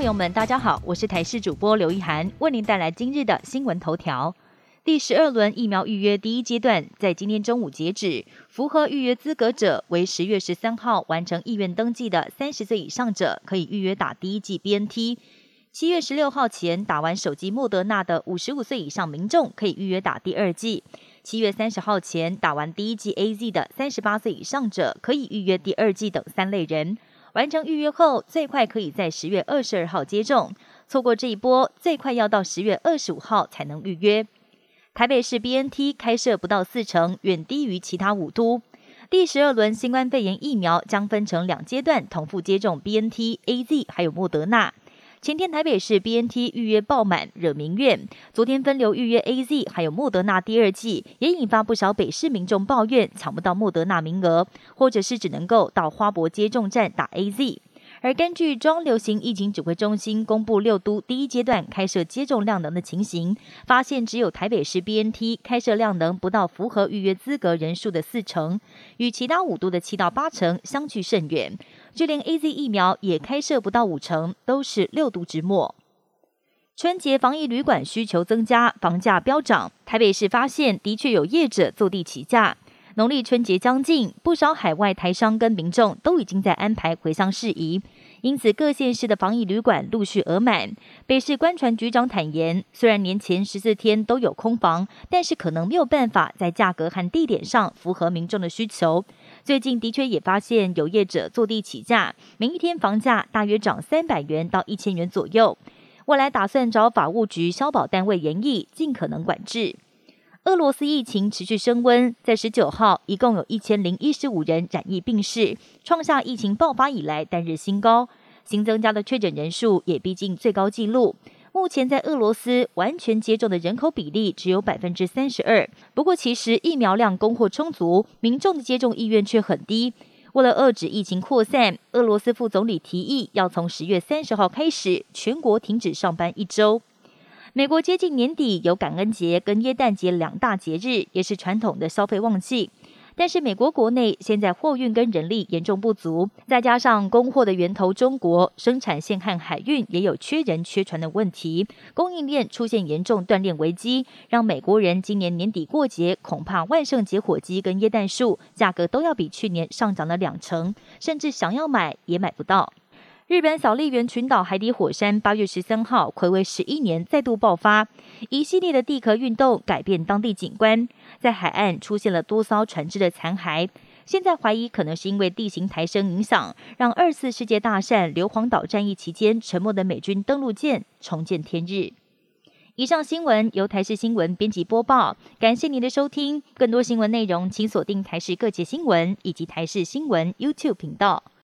友们，大家好，我是台视主播刘一涵，为您带来今日的新闻头条。第12轮疫苗预约第一阶段在今天中午截止，符合预约资格者为10月13号完成意愿登记的30岁以上者，可以预约打第一剂 BNT。7月16号前打完首剂莫德纳的55岁以上民众，可以预约打第二剂。7月30号前打完第一剂 AZ 的38岁以上者，可以预约第二剂等3类人。完成预约后，最快可以在10月22号接种，错过这一波，最快要到10月25号才能预约。台北市 BNT 开设不到40%，远低于其他5都。第12轮新冠肺炎疫苗将分成2阶段同步接种 BNT、AZ 还有莫德纳。前天台北市 BNT 预约爆满，惹民怨。昨天分流预约 AZ 还有莫德纳第二剂，也引发不少北市民众抱怨抢不到莫德纳名额，或者是只能够到花博接种站打 AZ。而根据中央流行疫情指挥中心公布6都第一阶段开设接种量能的情形，发现只有台北市 BNT 开设量能不到符合预约资格人数的40%，与其他5都的7到8%相距甚远。就连 AZ 疫苗也开设不到50%，都是6都之末。春节防疫旅馆需求增加，房价飙涨。台北市发现的确有业者坐地起价。农历春节将近，不少海外台商跟民众都已经在安排回乡事宜，因此各县市的防疫旅馆陆续额满。北市观传局长坦言，虽然年前14天都有空房，但是可能没有办法在价格和地点上符合民众的需求。最近的确也发现有业者坐地起价，每一天房价大约涨300元到1000元左右。未来打算找法务局消保单位研议，尽可能管制。俄罗斯疫情持续升温，在19号一共有1015人染疫病逝，创下疫情爆发以来单日新高。新增加的确诊人数也逼近最高纪录。目前在俄罗斯完全接种的人口比例只有 32%， 不过其实疫苗量供货充足，民众的接种意愿却很低。为了遏止疫情扩散，俄罗斯副总理提议要从10月30号开始全国停止上班1周。美国接近年底有感恩节跟耶诞节2大节日，也是传统的消费旺季。但是美国国内现在货运跟人力严重不足，再加上供货的源头中国，生产线和海运也有缺人缺船的问题，供应链出现严重断裂危机，让美国人今年年底过节，恐怕万圣节火鸡跟耶诞树价格都要比去年上涨了2成，甚至想要买也买不到。日本小笠原群岛海底火山8月13号睽违11年再度爆发，一系列的地壳运动改变当地景观，在海岸出现了多艘船只的残骸。现在怀疑可能是因为地形抬升影响，让2次世界大战硫磺岛战役期间沉没的美军登陆舰重见天日。以上新闻由台视新闻编辑播报，感谢您的收听。更多新闻内容请锁定台视各界新闻以及台视新闻 YouTube 频道。